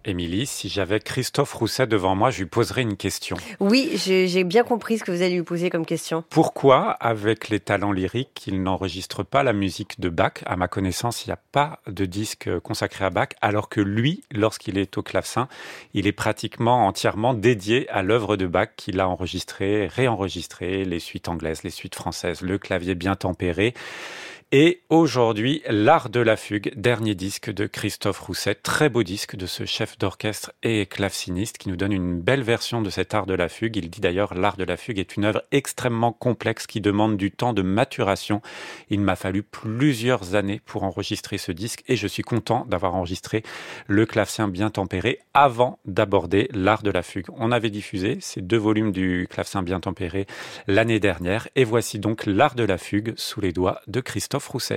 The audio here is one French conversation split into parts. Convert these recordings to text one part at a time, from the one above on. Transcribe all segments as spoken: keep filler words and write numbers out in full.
Émilie, si j'avais Christophe Rousset devant moi, je lui poserais une question. Oui, j'ai, j'ai bien compris ce que vous allez lui poser comme question. Pourquoi, avec les talents lyriques, il n'enregistre pas la musique de Bach? À ma connaissance, il n'y a pas de disque consacré à Bach, alors que lui, lorsqu'il est au clavecin, il est pratiquement entièrement dédié à l'œuvre de Bach qu'il a enregistrée, réenregistrée, les suites anglaises, les suites françaises, le clavier bien tempéré. Et aujourd'hui, L'Art de la Fugue, dernier disque de Christophe Rousset, très beau disque de ce chef d'orchestre et claveciniste qui nous donne une belle version de cet art de la fugue. Il dit d'ailleurs L'Art de la Fugue est une œuvre extrêmement complexe qui demande du temps de maturation. Il m'a fallu plusieurs années pour enregistrer ce disque et je suis content d'avoir enregistré le clavecin bien tempéré avant d'aborder L'Art de la Fugue. On avait diffusé ces deux volumes du clavecin bien tempéré l'année dernière et voici donc L'Art de la Fugue sous les doigts de Christophe Rousset.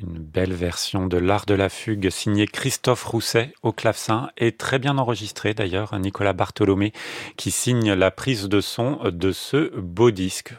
Une belle version de l'art de la fugue signée Christophe Rousset au clavecin et très bien enregistrée d'ailleurs, Nicolas Bartholomé qui signe la prise de son de ce beau disque.